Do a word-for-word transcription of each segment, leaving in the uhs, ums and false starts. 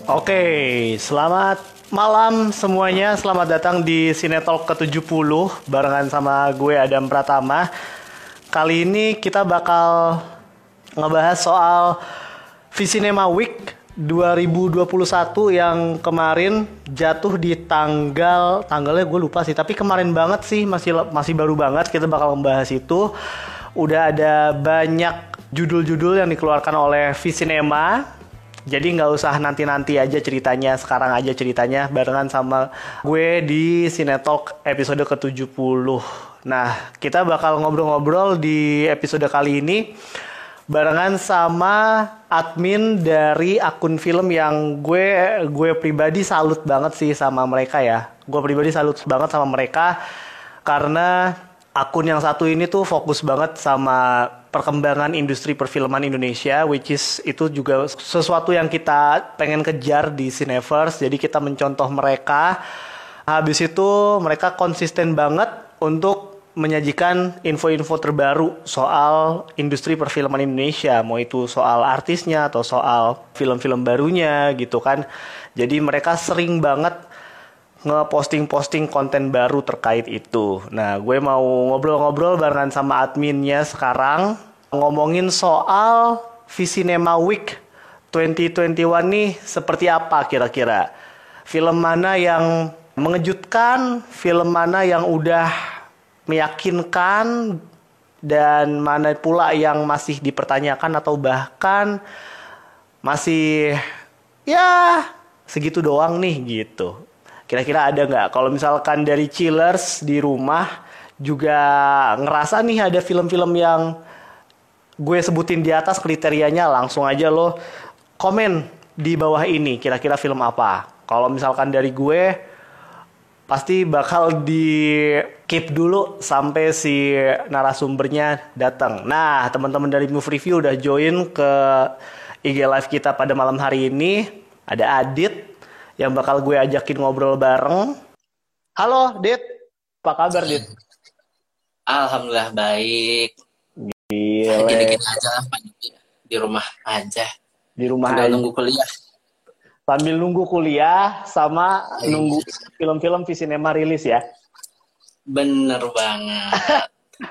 Oke, selamat malam semuanya. Selamat datang di Cinetalk ke tujuh puluh barengan sama gue Adam Pratama. Kali ini kita bakal ngebahas soal Visinema Week dua ribu dua puluh satu yang kemarin jatuh di tanggal tanggalnya gue lupa sih, tapi kemarin banget sih, masih masih baru banget. Kita bakal membahas itu. Udah ada banyak judul-judul yang dikeluarkan oleh Visinema. Jadi nggak usah nanti-nanti aja ceritanya, sekarang aja ceritanya barengan sama gue di Cinetalk episode ke tujuh puluh. Nah, kita bakal ngobrol-ngobrol di episode kali ini barengan sama admin dari akun film yang gue gue pribadi salut banget sih sama mereka ya. Gue pribadi salut banget sama mereka karena akun yang satu ini tuh fokus banget sama perkembangan industri perfilman Indonesia, which is itu juga sesuatu yang kita pengen kejar di Cineverse. Jadi kita mencontoh mereka. Habis itu mereka konsisten banget untuk menyajikan info-info terbaru soal industri perfilman Indonesia, mau itu soal artisnya atau soal film-film barunya gitu kan. Jadi mereka sering banget nge-posting-posting konten baru terkait itu. Nah, gue mau ngobrol-ngobrol barengan sama adminnya sekarang, ngomongin soal Visinema Week dua ribu dua puluh satu nih seperti apa kira-kira. Film mana yang mengejutkan, film mana yang udah meyakinkan, dan mana pula yang masih dipertanyakan atau bahkan masih ya segitu doang nih gitu. Kira-kira ada nggak? Kalau misalkan dari chillers di rumah juga ngerasa nih ada film-film yang gue sebutin di atas kriterianya, langsung aja lo komen di bawah ini. Kira-kira film apa? Kalau misalkan dari gue, pasti bakal di keep dulu sampai si narasumbernya datang. Nah, teman-teman dari Move Review udah join ke I G Live kita pada malam hari ini. Ada Adit yang bakal gue ajakin ngobrol bareng. Halo, Dit. Apa kabar, Dit? Alhamdulillah baik. Gile. Gini-gini aja lah, di rumah aja. Di rumah sambil aja. nunggu kuliah. Sambil nunggu kuliah sama hmm. nunggu film-film Visinema rilis ya. Bener banget.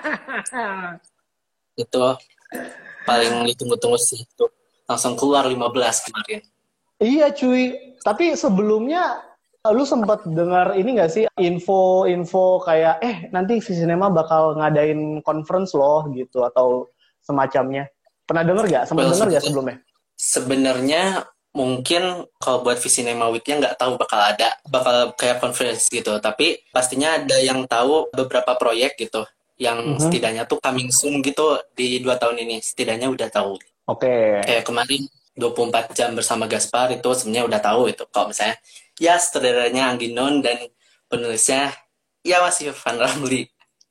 Itu paling ditunggu-tunggu sih itu. Langsung keluar lima belas kemarin. Iya cuy, tapi sebelumnya lu sempat dengar ini nggak sih info-info kayak eh nanti Visinema bakal ngadain conference loh gitu atau semacamnya. Pernah denger nggak? Sempat well, denger nggak sebelumnya? Sebenarnya mungkin kalau buat Visinema Week-nya nggak tahu bakal ada, bakal kayak conference gitu. Tapi pastinya ada yang tahu beberapa proyek gitu yang mm-hmm. setidaknya tuh coming soon gitu di dua tahun ini. Setidaknya udah tahu. Oke. Okay. Kayak kemarin dua puluh empat jam bersama Gaspar itu sebenarnya udah tahu itu. Kalau misalnya ya sutradaranya Anggi Non dan penulisnya ya masih Van Ramli.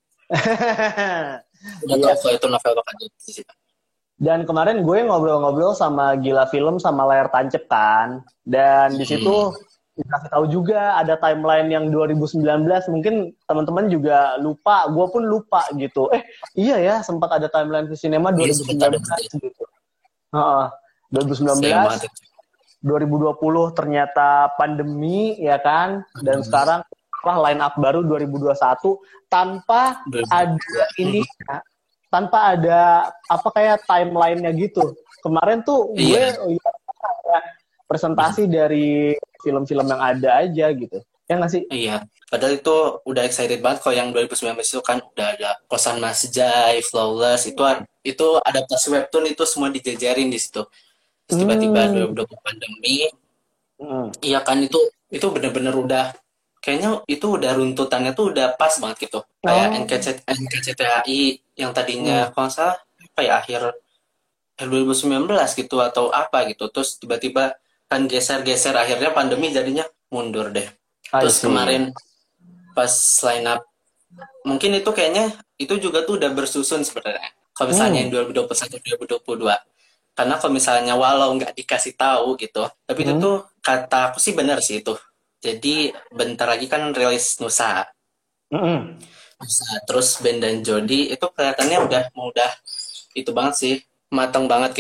Udah tahu kalau itu novel bakal jadi. Dan kemarin gue ngobrol-ngobrol sama Gila Film sama Layar Tancep kan. Dan di situ hmm. dikasih tahu juga ada timeline yang dua ribu sembilan belas. Mungkin teman-teman juga lupa, gue pun lupa gitu. Eh, iya ya, sempat ada timeline Visinema dua ribu sembilan belas gitu. Heeh. dua ribu sembilan belas, dua ribu dua puluh ternyata pandemi ya kan, dan hmm. sekarang apa line up baru dua ribu dua puluh satu tanpa hmm. ada ini, tanpa ada apa kayak timelinenya gitu. Kemarin tuh gue yeah. oh ya, presentasi hmm. dari film-film yang ada aja gitu, ya nggak sih? Iya, padahal itu udah excited banget kalau yang dua ribu sembilan belas itu kan udah ada Kosan Mas Jai, Flawless, itu itu adaptasi webtoon itu semua dijajarin di situ. Terus tiba-tiba hmm. dua ribu dua puluh pandemi, hmm. iya kan itu itu benar-benar udah kayaknya itu udah runtutannya tuh udah pas banget gitu. Oh. Kayak N K C T H I yang tadinya hmm. kalau nggak salah apa ya akhir dua ribu sembilan belas gitu atau apa gitu. Terus tiba-tiba kan geser-geser akhirnya pandemi jadinya mundur deh. Terus kemarin pas line up mungkin itu kayaknya itu juga tuh udah bersusun sebenarnya. Kalau misalnya hmm. dua ribu dua puluh satu dua ribu dua puluh dua. Karena kalau misalnya walau nggak dikasih tahu gitu, tapi hmm. itu tuh kata aku sih benar sih itu. Jadi bentar lagi kan rilis Nusa. Hmm. Nusa. Terus Ben dan Jody itu kelihatannya udah mau udah itu banget sih, matang banget gitu.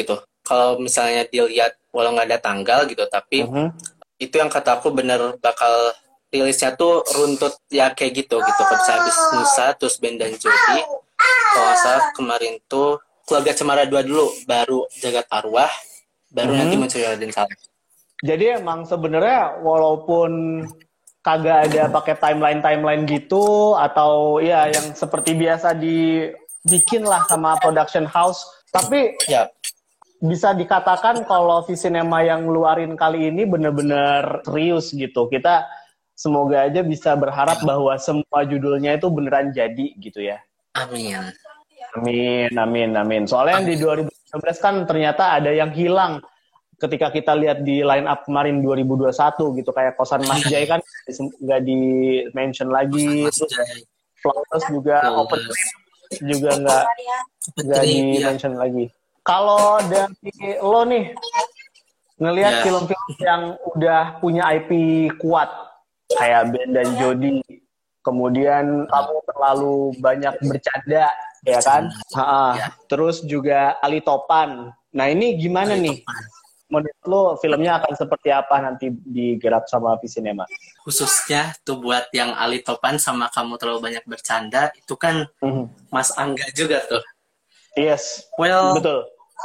kalau misalnya dilihat walau nggak ada tanggal gitu, tapi Mhm. itu yang kata aku bener bakal rilisnya tuh runtut ya kayak gitu gitu. Kalau bisa habis Nusa terus Ben dan Jody, kalau nggak salah kemarin tuh Keluarga Cemara dua dulu, baru Jagat Arwah, baru nanti Mhm. muncul Raden Saleh. Jadi emang sebenarnya walaupun kagak ada pakai timeline-timeline gitu atau ya yang seperti biasa dibikin lah sama production house, tapi Ya, bisa dikatakan kalau Visinema yang ngeluarin kali ini bener-bener serius gitu. Kita semoga aja bisa berharap bahwa semua judulnya itu beneran jadi gitu ya. amin. Amin, amin, amin. Soalnya yang di dua ribu sembilan belas kan ternyata ada yang hilang ketika kita lihat di line up kemarin dua ribu dua puluh satu gitu. Kayak Kosan Mas Jai kan nggak di-mention lagi. Mas Terus Jai, Flawless juga, Open Flawless, juga nggak nggak Putri, ya, di-mention lagi. Kalau dari lo nih, ngelihat ya. film-film yang udah punya I P kuat, kayak Ben dan Jody, kemudian kamu terlalu banyak bercanda, ya kan? Ha-ha. Ya, Terus juga Ali Topan. Nah ini gimana Ali nih? Topan. Menurut lo filmnya akan seperti apa nanti digarap sama Visinema? Khususnya tuh buat yang Ali Topan sama Kamu Terlalu Banyak Bercanda, itu kan Mhm. Mas Angga juga tuh. Yes, Well, betul.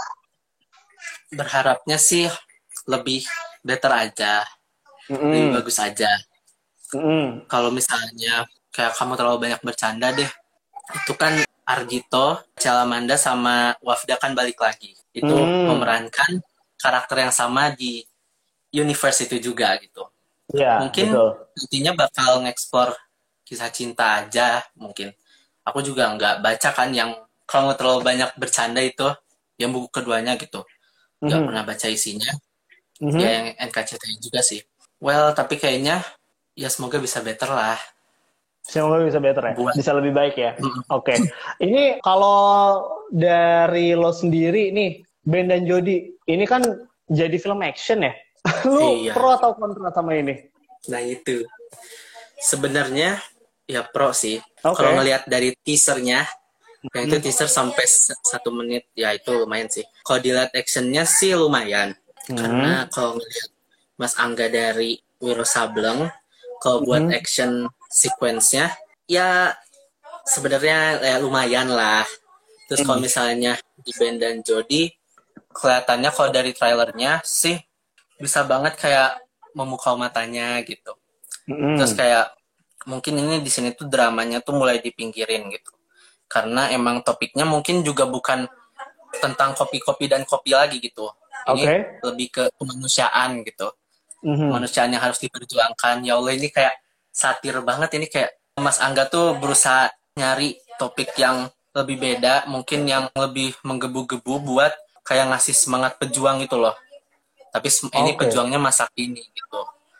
berharapnya sih lebih better aja, lebih Mhm. bagus aja. Mhm. Kalau misalnya kayak Kamu Terlalu Banyak Bercanda deh, itu kan Argito, Calamanda sama Wafda kan balik lagi. Itu Mhm. memerankan karakter yang sama di universe itu juga gitu. Ya, Mungkin betul. nantinya bakal ngeksplor kisah cinta aja mungkin. Aku juga nggak baca kan yang kalau nggak terlalu banyak bercanda itu, yang buku keduanya gitu. Nggak Mhm. pernah baca isinya. Ya Mhm. yang N K C T I juga sih. Well, tapi kayaknya ya semoga bisa better lah. Semoga bisa better ya, Buat bisa lebih baik ya. mm, Oke, ini kalau dari lo sendiri nih, Ben dan Jody, ini kan jadi film action ya. Lu iya. pro atau kontra sama ini? Nah itu sebenarnya ya pro sih. Kalau Oke. ngelihat dari teasernya, yang itu Hmm. teaser sampai s- satu menit, ya itu lumayan sih. Kalau dilihat actionnya sih lumayan. Hmm. Karena kalau ngelihat Mas Angga dari Wiro Sableng, kalau buat Hmm. action sequence-nya, ya sebenarnya ya lumayan lah. Terus kalau Hmm. misalnya di Ben dan Jody, kelihatannya kalau dari trailernya sih bisa banget kayak memukau matanya gitu. Terus Hmm. kayak mungkin ini di sini tuh dramanya tuh mulai dipinggirin gitu. Karena emang topiknya mungkin juga bukan tentang kopi-kopi dan kopi lagi gitu. Ini Oke. lebih ke kemanusiaan gitu. Mhm. Kemanusiaan yang harus diperjuangkan. Ya Allah ini kayak satir banget, ini kayak Mas Angga tuh berusaha nyari topik yang lebih beda, mungkin yang lebih menggebu-gebu buat kayak ngasih semangat pejuang gitu loh. Tapi ini Oke. pejuangnya masa kini gitu.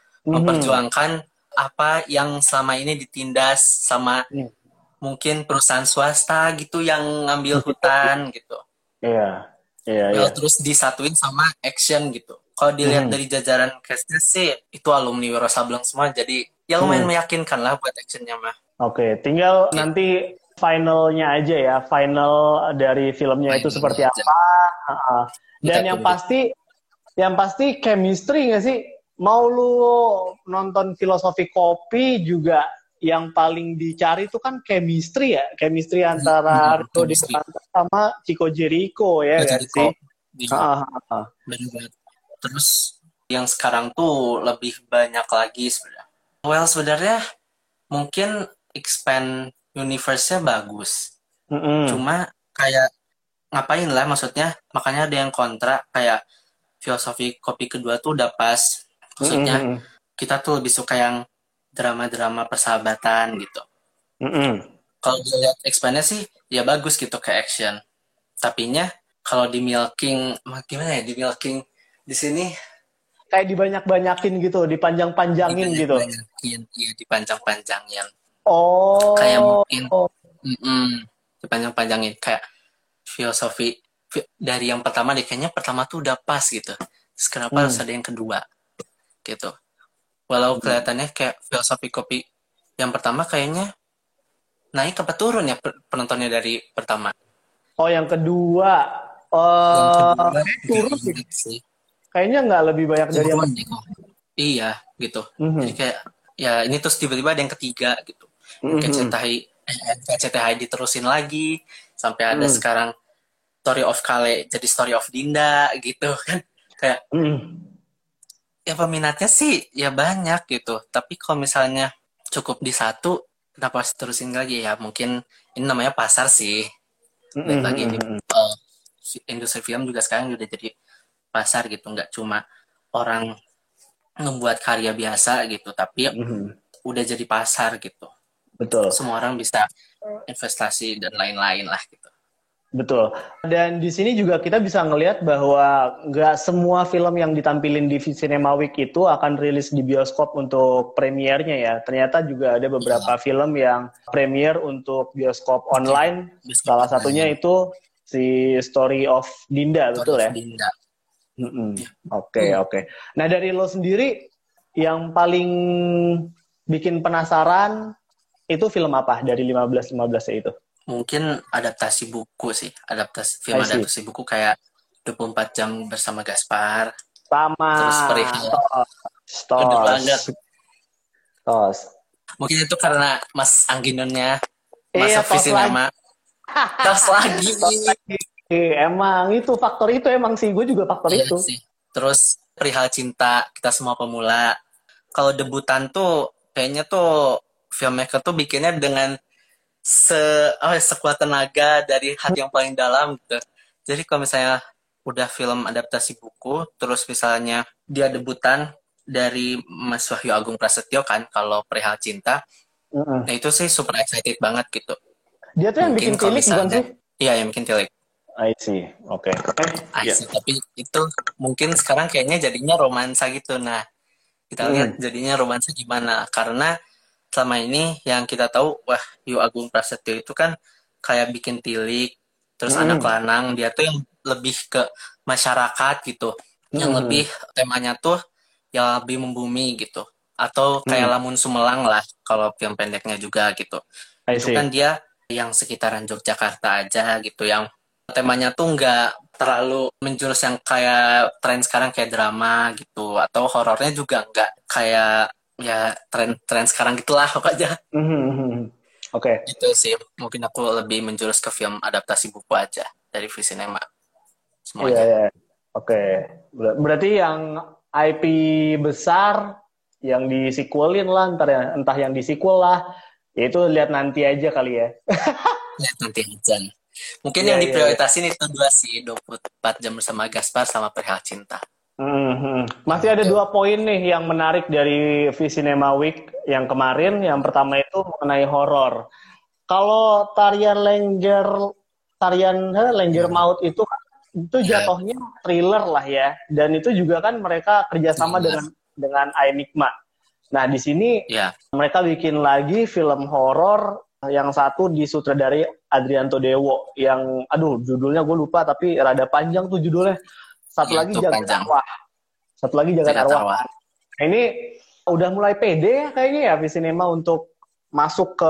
Mhm. Memperjuangkan apa yang selama ini ditindas sama Hmm. mungkin perusahaan swasta gitu yang ngambil hutan gitu. Iya. Iya, iya. Well, terus disatuin sama action gitu. Kalau dilihat Mhm. dari jajaran castnya sih itu alumni Wiro Sableng semua, jadi ya lumayan Mhm. meyakinkan lah buat actionnya mah. Oke, tinggal Gitu. nanti finalnya aja ya, final dari filmnya itu Mainannya seperti aja. apa. Ha-ha. Kita Dan yang tunggu. pasti, yang pasti chemistry nggak sih? Mau lu nonton Filosofi Kopi juga yang paling dicari itu kan chemistry ya, chemistry antara Hmm, Rio chemistry. Dewanto sama Chico Jericho ya Nggak kan jadi sih? kok. Iya, Ha, ha, ha. bener banget. Terus yang sekarang tuh lebih banyak lagi sebenarnya. Well, sebenarnya mungkin expand universe-nya bagus. Mm-mm. Cuma kayak ngapain lah maksudnya, makanya ada yang kontra kayak Filosofi Kopi kedua tuh udah pas. Maksudnya Mm-mm. kita tuh lebih suka yang drama-drama persahabatan gitu. Mm-mm. Kalau dilihat expandnya sih ya bagus gitu ke action. Tapi nya kalau di milking gimana ya, di milking di sini Kayak dibanyak-banyakin gitu, dipanjang-panjangin gitu. dibanyak-banyakin, iya dipanjang-panjangin. Kayak Oh, mungkin mm-mm, dipanjang-panjangin kayak filosofi fi- dari yang pertama deh, kayaknya pertama tuh udah pas gitu. Terus kenapa harus hmm. ada yang kedua gitu. Walau kelihatannya kayak filosofi kopi yang pertama kayaknya naik apa turun ya penontonnya dari pertama. Oh yang kedua, Yang Eh, kedua kayak nggak turun sih. ingat sih. Kayaknya nggak lebih banyak dari yang Turun deh kok. Iya gitu. Jadi Mhm. kayak ya ini terus tiba-tiba ada yang ketiga gitu. Yang K C T Mhm. H I, eh, K C T H I diterusin lagi sampai ada Mhm. sekarang Story of Kale jadi Story of Dinda gitu kan. Kayak Mhm. ya peminatnya sih ya banyak gitu. Tapi kalau misalnya cukup di satu, kenapa harus terusin lagi ya? Mungkin ini namanya pasar sih. Baik lagi ini Mhm. uh, industri film juga sekarang udah jadi pasar gitu, nggak cuma orang membuat karya biasa gitu, tapi Mhm. udah jadi pasar gitu. Betul. Semua orang bisa investasi dan lain-lain lah gitu. Betul. Dan di sini juga kita bisa ngelihat bahwa nggak semua film yang ditampilin di Cinema Week itu akan rilis di bioskop untuk premiernya ya. Ternyata juga ada Iya, beberapa film yang premier untuk bioskop betul. online. Bioskop Salah satunya online, itu si Story of Dinda, Story betul of ya? Dinda. Mm-mm. Ya. Oke, Hmm. oke. Nah, dari lo sendiri yang paling bikin penasaran itu film apa dari lima belas lima belas itu? Mungkin adaptasi buku sih, adaptasi film I see. adaptasi buku kayak dua puluh empat jam bersama Gaspar, Sama terus perihal tos, bener tos, banget. tos. Mungkin itu karena Mas Angginonnya Iya, masa tos lagi. Visinema tas lagi. Tos lagi. Emang itu faktor itu emang sih, gue juga faktor Iya itu. sih. Terus perihal cinta kita semua pemula. Kalau debutan tuh kayaknya tuh filmmaker tuh bikinnya dengan se oh, ya, sekuat tenaga dari hati yang paling dalam gitu. Jadi kalau misalnya udah film adaptasi buku, terus misalnya dia debutan dari Mas Wahyu Agung Prasetyo kan, kalau perihal cinta, Mm-mm. nah itu sih super excited banget gitu. Dia tuh yang Mungkin bikin kalau tilik bukan misalnya, sih? iya yang bikin tilik. I see. Oke. Eh, I ya. see. Tapi itu mungkin sekarang kayaknya jadinya romansa gitu. Nah, kita lihat Mm. jadinya romansa gimana. Karena selama ini yang kita tahu, wah, Yu Agung Prasetyo itu kan kayak bikin tilik, terus anak Mm-mm. lanang, dia tuh yang lebih ke masyarakat gitu. Yang lebih Mm-mm. temanya tuh yang lebih membumi gitu. Atau kayak Mm-mm. Lamun Sumelang lah, kalau film pendeknya juga gitu. I Itu kan see. dia yang sekitaran Yogyakarta aja gitu, yang temanya tuh nggak terlalu menjurus yang kayak tren sekarang kayak drama gitu, atau horornya juga nggak kayak ya tren-tren sekarang gitulah pokoknya. Mhm. Oke. Gitu sih, mungkin aku lebih menjurus ke film adaptasi buku aja dari Visinema Iya, semuanya. iya. Oke. Ber- Berarti yang I P besar yang di sequelin lah, ntar ya, entah yang di sequel lah, ya itu lihat nanti aja kali ya. Lihat nanti aja. Mungkin Iya, yang iya, iya. diprioritasin itu dua sih, dua puluh empat jam bersama Gaspar sama Perihal Cinta. Mhm. Yang Masih ada itu. dua poin nih yang menarik dari V-Cinema Week yang kemarin. Yang pertama itu mengenai horor. Kalau tarian Lengger, tarian eh, Lengger Hmm. Maut itu kan itu Ya, jatuhnya thriller lah ya. Dan itu juga kan mereka kerjasama thriller. dengan dengan Enigma. Nah di sini Ya, mereka bikin lagi film horor yang satu disutradari Adrianto Dewo yang aduh judulnya gue lupa tapi rada panjang tuh judulnya. Satu ya lagi itu Jagat panjang. Arwah. Satu lagi Jagat Jagat Arwah. Arwah. Nah, ini udah mulai pede ya kayaknya ya Visinema untuk masuk ke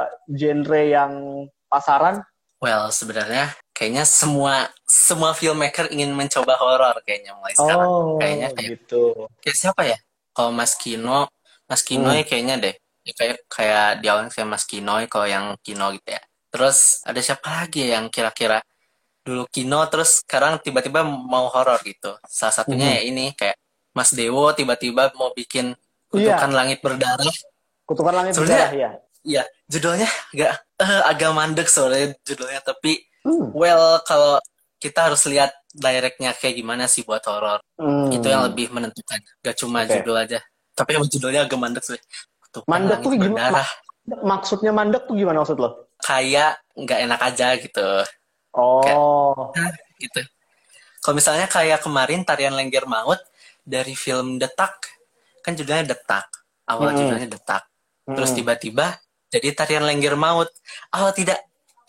genre yang pasaran. Well, sebenarnya kayaknya semua semua filmmaker ingin mencoba horor kayaknya mulai sekarang. Oh, Kayaknya kayak gitu. kayak siapa ya? Kalau Mas Kino, Mas Kino Hmm. ya kayaknya deh. Ya, kayak kayak di awalnya kayak Mas Kino kalau yang Kino gitu ya. Terus ada siapa lagi ya yang kira-kira dulu Kino terus sekarang tiba-tiba mau horor gitu. Salah satunya ya Mhm. ini kayak Mas Dewo tiba-tiba mau bikin Kutukan Iya, Langit Berdarah. Kutukan Langit Sebenarnya Berdarah ya. ya judulnya agak eh, agak mandek soalnya judulnya, tapi Hmm. well kalau kita harus lihat directnya kayak gimana sih buat horor. Itu yang Hmm. lebih menentukan. Gak cuma Oke. judul aja. Tapi emang judulnya agak mandek sih. Kutukan Mandek Langit tuh gimana? Berdarah. Maksudnya mandek tuh gimana maksud lo? Kayak nggak enak aja gitu. Kayak Oh. "Hah?" gitu. Kalau misalnya kayak kemarin Tarian Lengger Maut dari film Detak. Kan judulnya Detak. Awal Hmm. judulnya Detak. Terus Hmm. tiba-tiba jadi Tarian Lengger Maut. Oh tidak,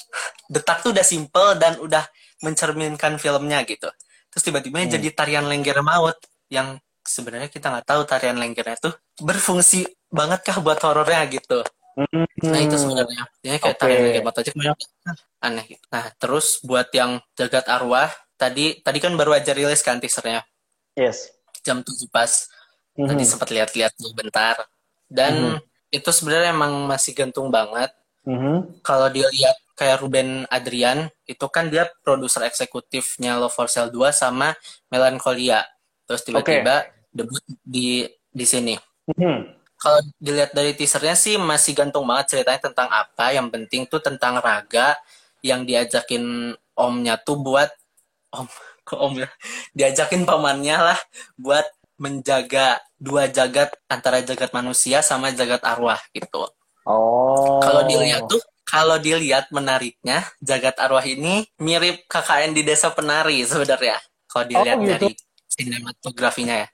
Detak tuh udah simple dan udah mencerminkan filmnya gitu. Terus tiba-tiba Hmm. jadi Tarian Lengger Maut yang sebenarnya kita nggak tahu tarian lenggernya tuh berfungsi banget kah buat horornya gitu. Nah itu Hmm. sebenarnya. Jadi kayak Oke. Tarian Lengger Maut aja kemudian aneh gitu. Nah terus buat yang Jagat Arwah tadi tadi kan baru aja rilis kan teasernya Yes. jam tujuh pas. Tadi Mhm. sempat lihat-lihat dulu bentar. Dan Mhm. itu sebenarnya emang masih gantung banget. Mhm. Kalau dilihat kayak Ruben Adrian, itu kan dia produser eksekutifnya Love for Sale dua sama Melancholia. Terus Oke. tiba-tiba debut di di sini. Mhm. Kalau dilihat dari teasernya sih masih gantung banget ceritanya tentang apa. Yang penting tuh tentang Raga yang diajakin omnya tuh buat om ke om ya diajakin pamannya lah buat menjaga dua jagat antara jagat manusia sama jagat arwah gitu. Kalau dilihat Oh. tuh kalau dilihat menariknya jagat arwah ini mirip K K N di Desa Penari sebenarnya. Kalau Oh dilihat gitu. dari sinematografinya ya,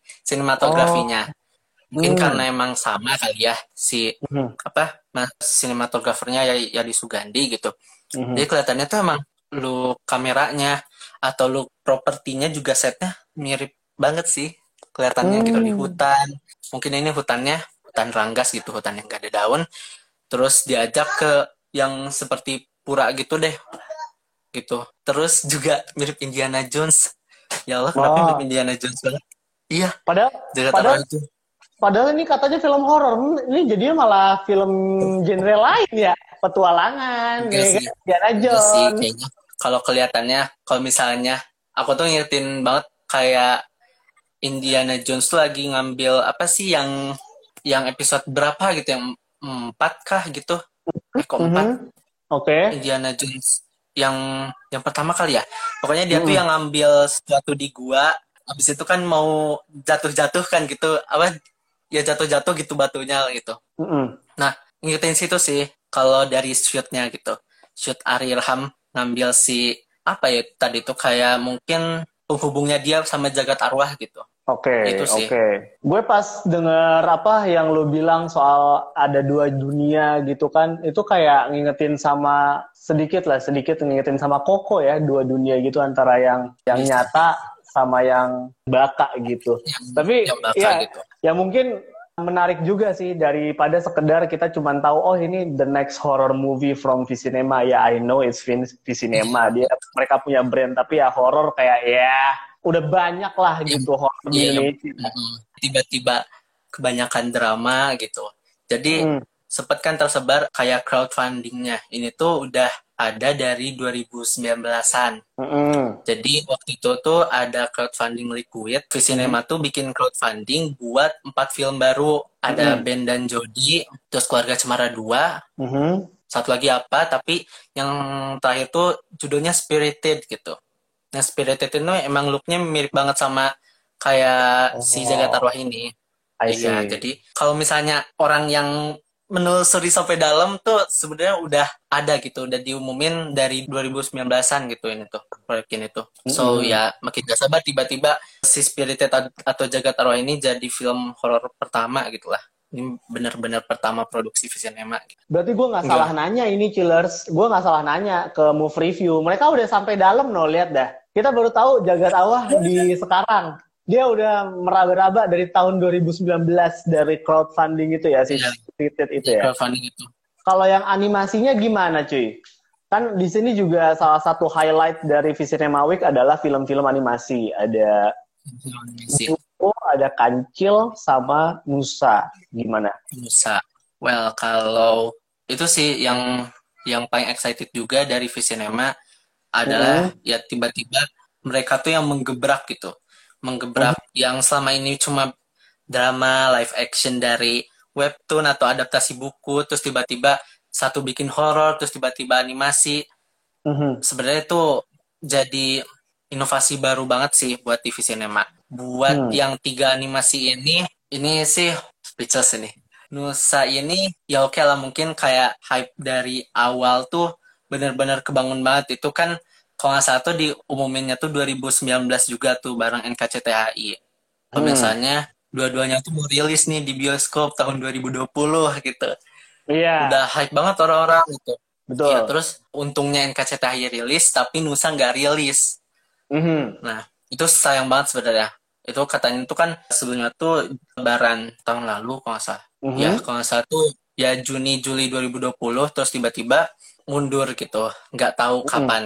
Oh. sinematografinya mungkin Hmm. karena emang sama kali ya si Mhm. apa mas sinematografernya ya Yadi Sugandi gitu. Jadi Mhm. kelihatannya tuh emang look kameranya atau look propertinya juga setnya mirip banget sih kelihatannya gitu di Hmm. hutan. Mungkin ini hutannya hutan ranggas gitu, hutan yang gak ada daun. Terus diajak ke yang seperti pura gitu deh gitu. Terus juga mirip Indiana Jones. Ya Allah, kenapa mirip Wah. Indiana Jones banget? Iya, Padahal, jagat arwah padahal, itu. padahal ini katanya film horor. Hmm, Ini jadinya malah film genre lain ya. Petualangan, Enggak ya sih, kan? Indiana enggak sih Jones. kayaknya. Kalau kelihatannya, kalau misalnya aku tuh ngingetin banget kayak Indiana Jones tuh lagi ngambil apa sih yang yang episode berapa gitu yang empat kah gitu? Eh kok empat? Mhm. Oke. Indiana Jones yang yang pertama kali ya. Pokoknya dia tuh Mhm. yang ngambil sesuatu di gua, habis itu kan mau jatuh-jatuh kan gitu. Apa ya jatuh-jatuh gitu batunya gitu. Mhm. Nah, ngikutin situ sih kalau dari shootnya gitu. Shoot Ari Ilham ngambil si apa ya tadi tuh kayak mungkin penghubungnya dia sama jagat arwah gitu. Oke, Itu sih. oke. Gue pas denger apa yang lo bilang soal ada dua dunia gitu kan, itu kayak ngingetin sama sedikit lah, sedikit ngingetin sama Koko ya, dua dunia gitu antara yang yang Bisa nyata sama yang baka gitu. yang Tapi yang bakal ya, gitu. ya mungkin menarik juga sih daripada sekedar kita cuma tahu oh ini the next horror movie from Visinema. Ya I know it's Vin- Visinema. Dia mereka punya brand tapi ya horror kayak ya udah banyak lah yang gitu horor di ya yang Indonesia. mm, tiba-tiba kebanyakan drama gitu. Jadi Mm, sempat kan tersebar kayak crowdfundingnya. Ini tuh udah ada dari dua ribu sembilan belasan-an. mm, mm, Jadi waktu itu tuh ada crowdfunding liquid. mm, Visinema tuh bikin crowdfunding buat empat film baru. Ada mm, Ben dan Jody, terus Keluarga Cemara dua, mm, satu lagi apa, tapi yang terakhir tuh judulnya Spirited gitu. Nah, Spirited itu emang looknya mirip banget sama kayak si Jagat oh, Arwah ini. I Iya, see. jadi kalau misalnya orang yang menelusuri sampai dalam tuh sebenarnya udah ada gitu, udah diumumin dari dua ribu sembilan belasan-an gitu ini tuh, proyek ini tuh. Mm, So mm. ya makin gak sabar tiba-tiba si Spirited atau Jagat Arwah ini jadi film horor pertama gitu lah. Ini benar-benar pertama produksi Visinema. Berarti gue nggak salah Enggak. nanya ini Chillers. Gue nggak salah nanya ke Move Review. Mereka udah sampai dalam no, lihat dah. Kita baru tahu Jagat Awah di sekarang. Dia udah meraba-raba dari tahun dua ribu sembilan belas dari crowdfunding itu ya, si Iya, Spirited itu di ya. crowdfunding itu. Kalau yang animasinya gimana cuy? Kan di sini juga salah satu highlight dari Visinema Week adalah film-film animasi. Ada Film animasi. Boruto, ada Kancil, sama Nusa. Gimana? Nusa. Well, kalau itu sih yang yang paling excited juga dari Visinema adalah Mm-mm. ya tiba-tiba mereka tuh yang menggebrak gitu. Menggebrak yang selama ini cuma drama live action dari webtoon atau adaptasi buku, terus tiba-tiba satu bikin horor, terus tiba-tiba animasi. Mhm. Sebenarnya itu jadi inovasi baru banget sih buat T V Cinema. Buat Hmm. yang tiga animasi ini, ini sih speechless ini. Nusa ini ya oke lah mungkin kayak hype dari awal tuh bener-bener kebangun banget. Itu kan kalau nggak salah tuh diumuminnya tuh dua ribu sembilan belas juga tuh bareng N K C T H I. Hmm. Misalnya dua-duanya tuh mau rilis nih di bioskop tahun dua ribu dua puluh gitu. Iya, Udah hype banget orang-orang gitu. Iya, betul. terus untungnya N K C T H I rilis, tapi Nusa nggak rilis. Mhm. Nah, itu sayang banget sebenarnya. Itu katanya itu kan sebelumnya tuh lebaran tahun lalu kalau nggak salah. Ya, Mhm. kalau nggak salah tuh ya Juni Juli dua ribu dua puluh terus tiba-tiba mundur gitu. Nggak tahu Mhm. kapan gitu.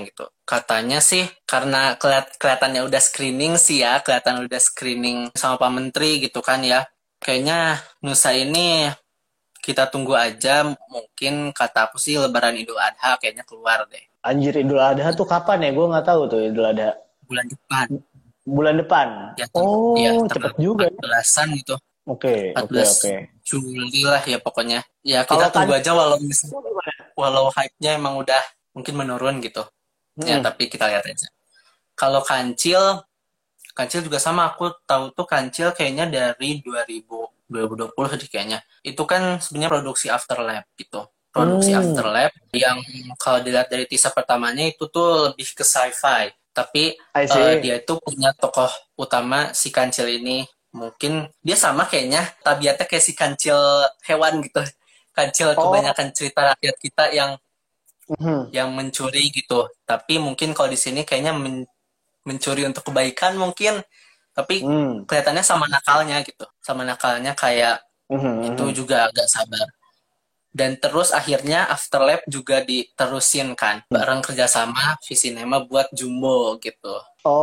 Katanya sih karena keliat- kelihatannya udah screening sih ya, kelihatan udah screening sama Pak Menteri gitu kan ya. Kayaknya Nusa ini kita tunggu aja, mungkin kata aku sih Lebaran Idul Adha kayaknya keluar deh. Anjir, Idul Adha tuh kapan ya? Gue nggak tahu tuh Idul Adha. Bulan depan. Bulan depan. Ya, tang- ya Oh, tanggal cepet juga ya. empat belasan gitu. Oke, oke, empat belas oke. Juli lah ya pokoknya. Ya kita Kalau tunggu kan, aja walau mis- walau hype-nya emang udah mungkin menurun gitu. Ya hmm, tapi kita lihat aja. Kalau Kancil, Kancil juga sama, aku tahu tuh Kancil kayaknya dari dua ribu dua ribu dua puluh sih kayaknya. Itu kan sebenarnya produksi Afterlab gitu. Produksi hmm, Afterlab yang kalau dilihat dari teaser pertamanya itu tuh lebih ke sci-fi. Tapi I eh, see. dia itu punya tokoh utama si Kancil ini. Mungkin dia sama kayaknya tabiatnya kayak si Kancil hewan gitu. Kancil Oh, kebanyakan cerita rakyat kita yang mhm, yang mencuri gitu. Tapi mungkin kalau di sini kayaknya men- mencuri untuk kebaikan mungkin, tapi hmm, kelihatannya sama nakalnya gitu, sama nakalnya kayak mhm, itu mhm. juga agak sabar. Dan terus akhirnya Afterlab juga diterusin kan bareng kerjasama Visinema buat Jumbo gitu.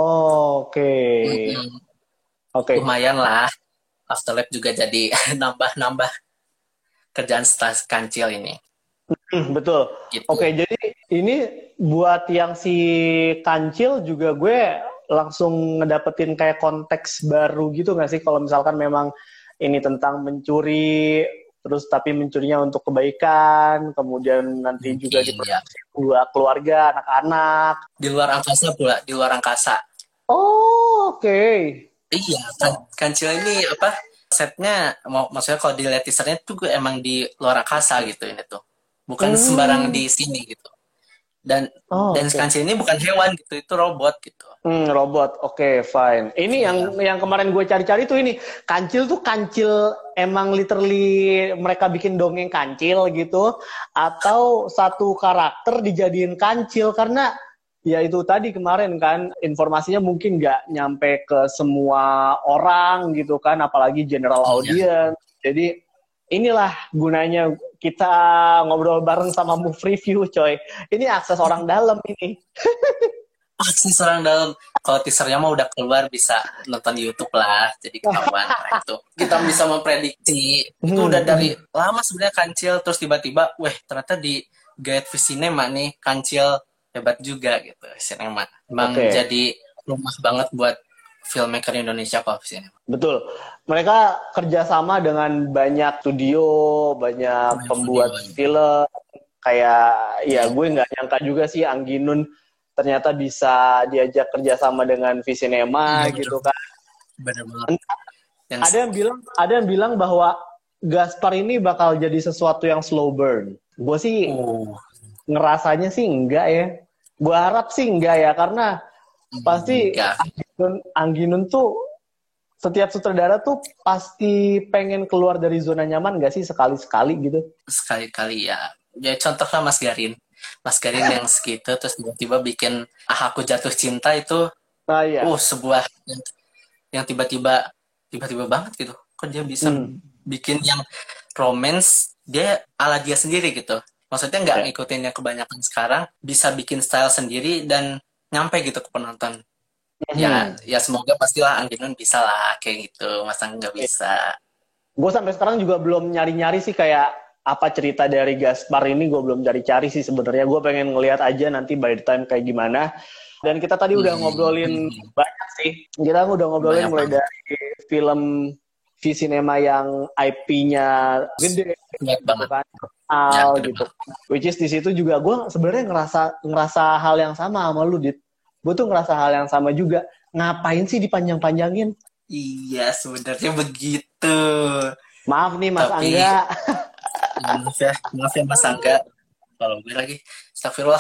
Oke, Mm-mm. oke. Lumayan lah, Afterlab juga jadi nambah-nambah kerjaan setelah Kancil ini Hmm, betul. gitu. Oke, jadi ini buat yang si Kancil juga gue langsung ngedapetin kayak konteks baru gitu nggak sih? Kalau misalkan memang ini tentang mencuri, terus tapi mencurinya untuk kebaikan, kemudian nanti juga Mungkin ya diproduksi buat keluarga, anak-anak. di luar angkasa pula, di luar angkasa. Oh, oke. Iya, kan, Kancil ini apa setnya mau maksudnya kalau dilihat teasernya tuh gue emang di luar angkasa gitu ini tuh. Bukan sembarang Hmm, di sini gitu. Dan oh, dan oke. Kancil ini bukan hewan gitu, itu robot gitu. Hmm, robot. Oke, fine. Ini yang Iya. yang kemarin gue cari-cari tuh ini. Kancil tuh kancil emang literally mereka bikin dongeng kancil gitu atau satu karakter dijadiin kancil karena ya itu tadi kemarin kan informasinya mungkin nggak nyampe ke semua orang gitu kan apalagi general Iya. audience. Jadi inilah gunanya kita ngobrol bareng sama Move Review, coy. Ini akses orang dalam ini. Pasti seorang dalam kalau teasernya mah udah keluar bisa nonton di YouTube lah, jadi ketahuan lah itu. Kita bisa memprediksi itu udah dari lama sebenarnya Kancil terus tiba-tiba, weh ternyata di Guide Visinema nih Kancil hebat juga gitu. Cinema emang Oke. jadi rumah banget buat filmmaker Indonesia kalau Visinema. Betul. Mereka kerjasama dengan banyak studio, banyak Banyak studio. pembuat film. Kayak, ya Iya, gue nggak nyangka juga sih Anggi Nun ternyata bisa diajak kerjasama dengan Visinema iya bener, gitu kan. bener banget. Yang Ada yang bilang, ada yang bilang bahwa Gaspar ini bakal jadi sesuatu yang slow burn. Gue sih uh ngerasanya sih enggak ya. Gue harap sih enggak ya, karena pasti enggak Angginun, Angginun tuh setiap sutradara tuh pasti pengen keluar dari zona nyaman gak sih sekali-sekali gitu? sekali-kali ya. Ya contohnya Mas Garin. Mas Garin yang segitu terus tiba-tiba bikin Ah Aku Jatuh Cinta itu Nah iya, uh sebuah yang, yang tiba-tiba tiba-tiba banget gitu. Kok dia bisa hmm, bikin yang romance dia ala dia sendiri gitu. Maksudnya nggak ya. ngikutin yang kebanyakan sekarang, bisa bikin style sendiri dan nyampe gitu ke penonton. Ya, Mhm. ya semoga pastilah Angginun bisa lah kayak gitu. Masa nggak bisa? Gue sampai sekarang juga belum nyari-nyari sih kayak apa cerita dari Gaspar ini gue belum cari-cari sih sebenarnya. Gue pengen ngelihat aja nanti by the time kayak gimana. Dan kita tadi udah ngobrolin Hmm, banyak sih. Kita udah ngobrolin banyak mulai banget. dari film V-Cinema yang I P-nya gede Banyak gitu banget. kan, Ya, terkenal gede gitu. banget. Which is di situ juga gue sebenarnya ngerasa ngerasa hal yang sama sama lu, Dit. Gue tuh ngerasa hal yang sama juga. Ngapain sih dipanjang-panjangin? Iya, sebenarnya begitu. Maaf nih Mas Tapi Angga. ya, maaf ya, maaf ya Mas Angga. Kalau gue lagi, astagfirullah.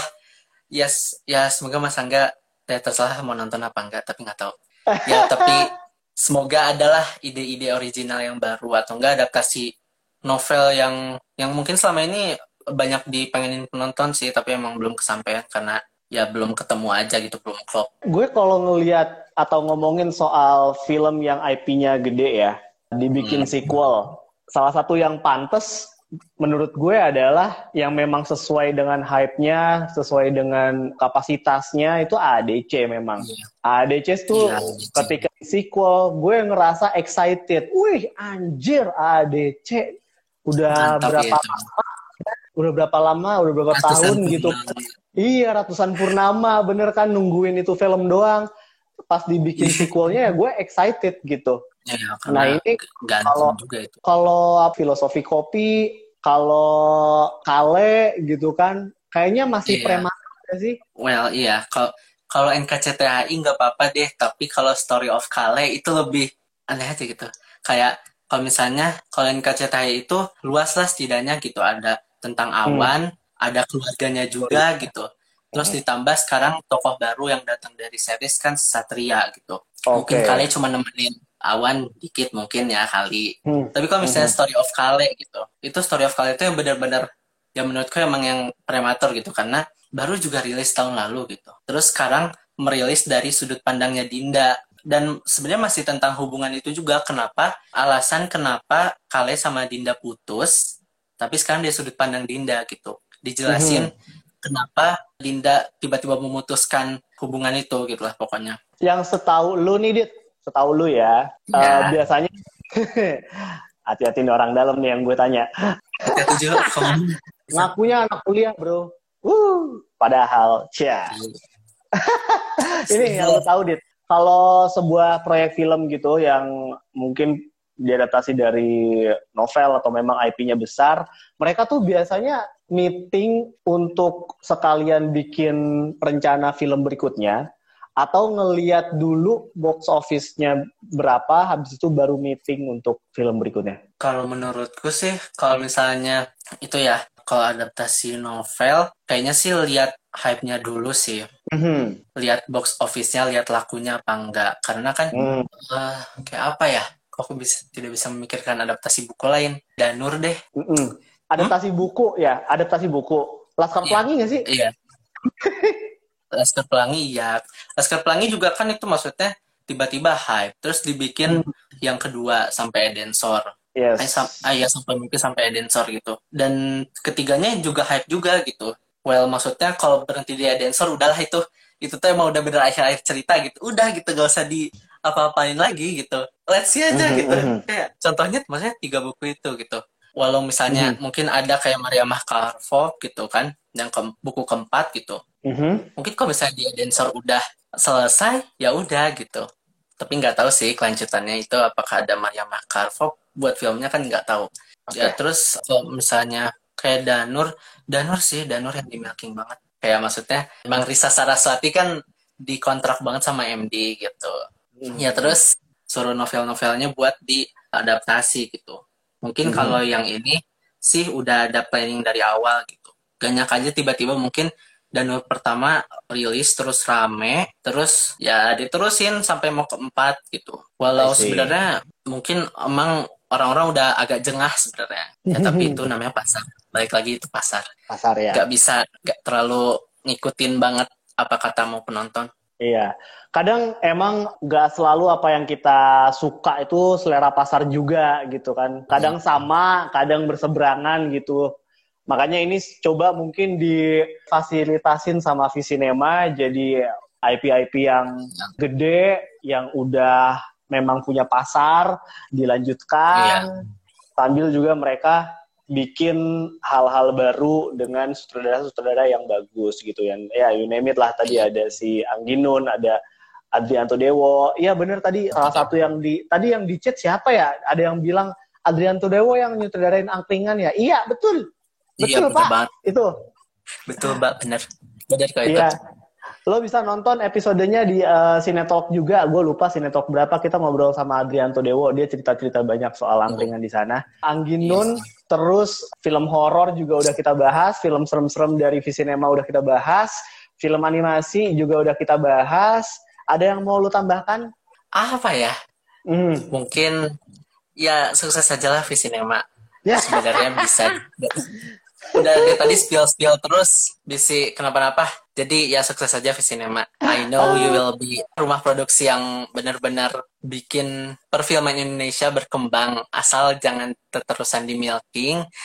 Yes, ya semoga Mas Angga ya terserah mau nonton apa enggak, tapi nggak tahu. Ya, tapi semoga adalah ide-ide original yang baru atau enggak adaptasi novel yang yang mungkin selama ini banyak dipengenin penonton sih, tapi emang belum kesampaian karena ya belum ketemu aja gitu, belum klop. Gue kalau ngelihat atau ngomongin soal film yang I P-nya gede ya, dibikin Hmm. sequel. Salah satu yang pantes menurut gue adalah yang memang sesuai dengan hype-nya, sesuai dengan kapasitasnya itu A D C memang. Iya, A D C tuh iya, gitu. ketika sequel gue ngerasa excited. Wih, anjir A D C udah Mantap ya berapa itu. udah berapa lama, udah berapa Ratusan tahun gitu. purnama. Iya, ratusan purnama, bener kan nungguin itu film doang. Pas dibikin Iya, sequelnya ya gue excited gitu. ya, Nah karena ini ganteng kalau juga itu. kalau filosofi kopi, kalau Kale gitu kan, kayaknya masih Iya, prematur nggak sih? well, iya. Kalau kalau N K C T H I nggak apa-apa deh, tapi kalau Story of Kale itu lebih aneh aja gitu. Kayak kalau misalnya kalau N K C T H I itu luas lah setidaknya gitu. Ada tentang Hmm. awan, ada keluarganya Oh, juga iya. gitu. Terus Hmm. ditambah sekarang tokoh baru yang datang dari series kan Satria gitu. Mungkin Kale Oke. cuma nemenin awan dikit mungkin ya kali. Hmm. Tapi kalau misalnya Mhm. Story of Kale gitu, itu Story of Kale itu yang benar-benar yang menurutku emang yang prematur gitu karena baru juga rilis tahun lalu gitu. Terus sekarang merilis dari sudut pandangnya Dinda dan sebenarnya masih tentang hubungan itu juga kenapa alasan kenapa Kale sama Dinda putus tapi sekarang dia sudut pandang Dinda gitu. Dijelasin Mhm. kenapa Dinda tiba-tiba memutuskan hubungan itu gitu lah pokoknya. Yang setahu lu nih, Dit, setahu lu ya, eh, Ya, biasanya hati-hati nih orang dalam nih yang gue tanya. hati-hati juga kamu. Ngakunya anak kuliah, bro. Uh, padahal, cia. Ini yang lu tahu, Dit. Kalau sebuah proyek film gitu yang mungkin diadaptasi dari novel atau memang I P-nya besar, mereka tuh biasanya meeting untuk sekalian bikin rencana film berikutnya, atau ngeliat dulu box office-nya berapa, habis itu baru meeting untuk film berikutnya. Kalau menurutku sih, kalau misalnya itu ya, kalau adaptasi novel, kayaknya sih lihat hype-nya dulu sih. Mhm. Lihat box office-nya, lihat lakunya apa enggak. Karena kan, Hmm. eh, kayak apa ya, kok aku bisa, tidak bisa memikirkan adaptasi buku lain. Danur deh. Mm-mm. Hmm? Adaptasi buku ya, adaptasi buku. Laskar Iya, Pelangi nggak sih? iya. Laskar Pelangi, iya. Laskar Pelangi juga kan itu maksudnya tiba-tiba hype. Terus dibikin Hmm. yang kedua sampai Edensor. Eh, sam- Yes. ah, ya sampai mungkin sampai Edensor gitu. Dan ketiganya juga hype juga gitu. Well, maksudnya kalau berhenti di Edensor udahlah itu itu tuh emang udah bener akhir-akhir cerita gitu. Udah gitu gak usah di apa-apain lagi gitu. Let's see aja Mhm, gitu. mhm, Kayak contohnya maksudnya tiga buku itu gitu. Walau misalnya mhm, mungkin ada kayak Maria Mahkarvo gitu kan, yang ke buku keempat gitu. mhm. Mungkin kalau misalnya di Edensor udah selesai, ya udah gitu. Tapi nggak tahu sih kelanjutannya itu apakah ada Maria Mahkarvo buat filmnya kan nggak tahu. Ya Oke. terus kalau misalnya kayak Danur, Danur sih Danur yang di milking banget. Kayak maksudnya Bang Risa Saraswati kan dikontrak banget sama M D gitu. Ya Mhm, terus suruh novel-novelnya buat diadaptasi gitu. Mungkin kalau mhm. yang ini sih udah ada planning dari awal gitu. Gak nyangka aja tiba-tiba mungkin Danur pertama rilis terus rame, terus ya diterusin sampai mau keempat gitu. I Walau see. sebenarnya mungkin emang orang-orang udah agak jengah sebenarnya. Ya tapi itu namanya pasar. Balik lagi itu pasar. Pasar ya. Gak bisa gak terlalu ngikutin banget apa kata mau penonton. Iya. Kadang emang nggak selalu apa yang kita suka itu selera pasar juga gitu kan. Kadang sama, kadang berseberangan gitu. Makanya ini coba mungkin difasilitasin sama Visinema jadi I P-I P yang gede, yang udah memang punya pasar, Iya, dilanjutkan, sambil juga mereka bikin hal-hal baru dengan sutradara-sutradara yang bagus gitu ya. Ya, you name it lah. Tadi iya. ada si Angginun, ada Adrianto Dewo. Iya bener tadi salah satu yang di tadi yang di chat siapa ya? Ada yang bilang Adrianto Dewo yang nyutradarain Angkringan ya. Iya, betul. Iya Betul, bener Pak. banget. Itu. Betul, Mbak. Bener. Bener kalau itu. Iya. Lo bisa nonton episodenya di uh, Cinetalk juga. Gue lupa Cinetalk berapa. Kita ngobrol sama Adrianto Dewo. Dia cerita-cerita banyak soal Oh, angkringan di sana. iya Angginun, sih. terus film horor juga udah kita bahas. Film serem-serem dari Visinema udah kita bahas. Film animasi juga udah kita bahas. Ada yang mau lu tambahkan? Apa ya? Hmm. Mungkin ya sukses saja lah Visinema. Ya. Sebenarnya bisa. Udah dari tadi spill-spill terus bisi kenapa-napa. Jadi ya sukses saja Visinema. I know you will be rumah produksi yang benar-benar bikin perfilman Indonesia berkembang asal jangan terterusan di milking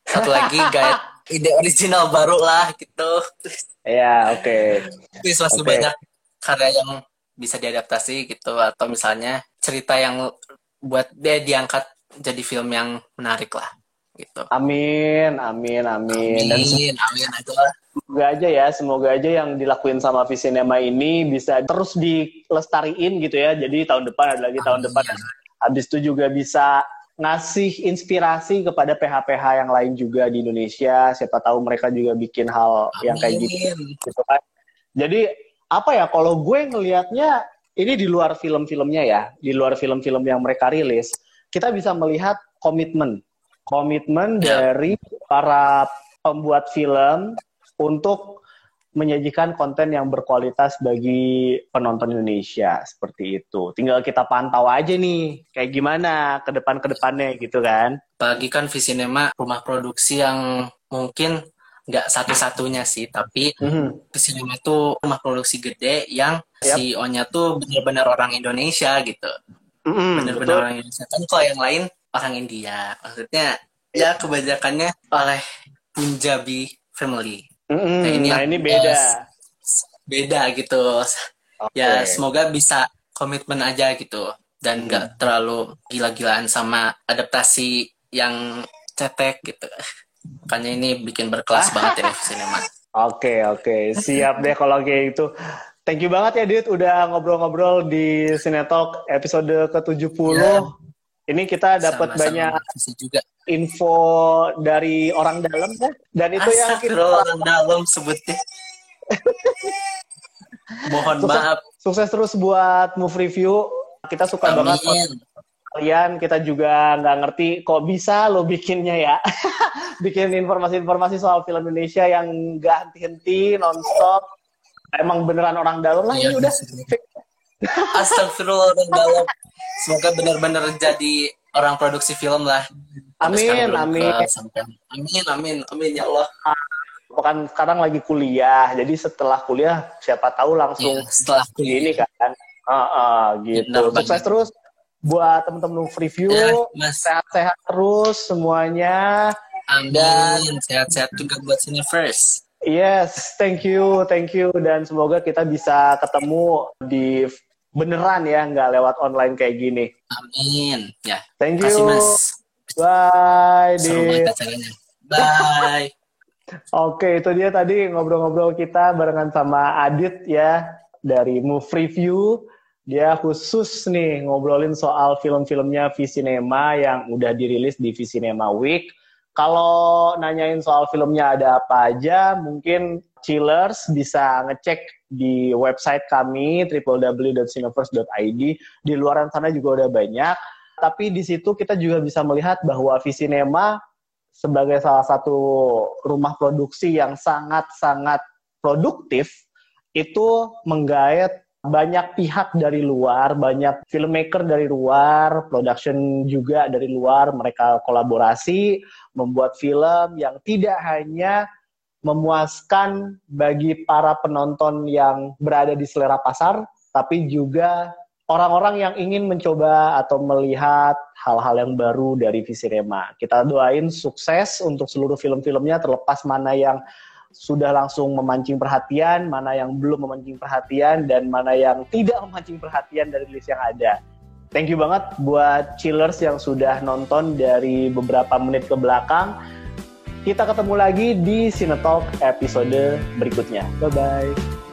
Satu lagi guide ide original baru lah gitu. Ya, oke. Terus masih Oke. banyak karya yang bisa diadaptasi gitu, atau misalnya cerita yang buat dia diangkat jadi film yang menarik lah gitu. Amin, amin, amin. Dan Amin, amin aja. semoga aja ya, semoga aja yang dilakuin sama Visinema ini bisa terus dilestariin gitu ya. Jadi tahun depan ada lagi, tahun depan. Habis itu juga bisa ngasih inspirasi kepada P H P H yang lain juga di Indonesia. Siapa tahu mereka juga bikin hal yang kayak gitu, Amin. gitu kan. Jadi apa ya, kalau gue ngelihatnya ini di luar film-filmnya ya, di luar film-film yang mereka rilis, kita bisa melihat komitmen. Komitmen Ya. dari para pembuat film untuk menyajikan konten yang berkualitas bagi penonton Indonesia, seperti itu. Tinggal kita pantau aja nih kayak gimana ke depan ke depannya gitu kan. Apalagi kan Visinema rumah produksi yang mungkin nggak satu-satunya sih, tapi Mhm. Visinema itu rumah produksi gede yang Yap. C E O-nya tuh benar-benar orang Indonesia gitu. Mhm, Benar-benar betul. orang Indonesia. Kan kalau yang lain orang India. Maksudnya ya kebanyakannya oleh Punjabi family. Mhm, Nah ini nah yang ini ya, beda. beda gitu. Oke. Ya semoga bisa komitmen aja gitu dan nggak terlalu gila-gilaan sama adaptasi yang cetek gitu. Makanya ini bikin berkelas banget ini Cinema. Oke, oke. Siap deh kalau kayak gitu. Thank you banget ya, Dit, udah ngobrol-ngobrol di Cinetalk episode ke tujuh puluh. Ini kita dapat banyak Sama-sama juga. info dari orang dalam ya. Dan itu yang kita Astagfirullah, orang dalam sebutnya. Mohon sukses, maaf. sukses terus buat Move Review. Kita suka Amin. banget kalian. Kita juga nggak ngerti kok bisa lo bikinnya ya. Bikin informasi-informasi soal film Indonesia yang nggak henti-henti, nonstop. Emang beneran orang dalam lah, Iya, ini udah. Astagfirullah, orang dalam. Semoga benar-benar jadi orang produksi film lah. Sampai sekarang Amin, belum amin. ke- sampai. Amin, amin, amin ya Allah. Kan sekarang lagi kuliah, jadi setelah kuliah siapa tahu langsung Iya, setelah kuliah. ini kan. Ah, ah, gitu. Benar Sukses banget. terus buat temen-temen review. Ya, Mas. Sehat-sehat terus semuanya. Amin. Sehat-sehat juga buat sini first. Yes, thank you, thank you. Dan semoga kita bisa ketemu di beneran ya, nggak lewat online kayak gini. Amin. Ya. Thank Terima kasih, you. Mas. Bye, Seru Dit. banget acaranya. Bye. Oke, itu dia tadi ngobrol-ngobrol kita barengan sama Adit ya, dari Move Review. Dia khusus nih ngobrolin soal film-filmnya Visinema yang udah dirilis di Visinema Week. Kalau nanyain soal filmnya ada apa aja, mungkin Chillers bisa ngecek di website kami w w w dot cineverse dot i d. Di luaran sana juga udah banyak. Tapi di situ kita juga bisa melihat bahwa Visinema sebagai salah satu rumah produksi yang sangat-sangat produktif, itu menggait banyak pihak dari luar, banyak filmmaker dari luar, production juga dari luar, mereka kolaborasi, membuat film yang tidak hanya memuaskan bagi para penonton yang berada di selera pasar, tapi juga orang-orang yang ingin mencoba atau melihat hal-hal yang baru dari Visinema. Kita doain sukses untuk seluruh film-filmnya, terlepas mana yang sudah langsung memancing perhatian, mana yang belum memancing perhatian, dan mana yang tidak memancing perhatian dari list yang ada. Thank you banget buat Chillers yang sudah nonton dari beberapa menit ke belakang. Kita ketemu lagi di Cinetalk episode berikutnya. Bye-bye.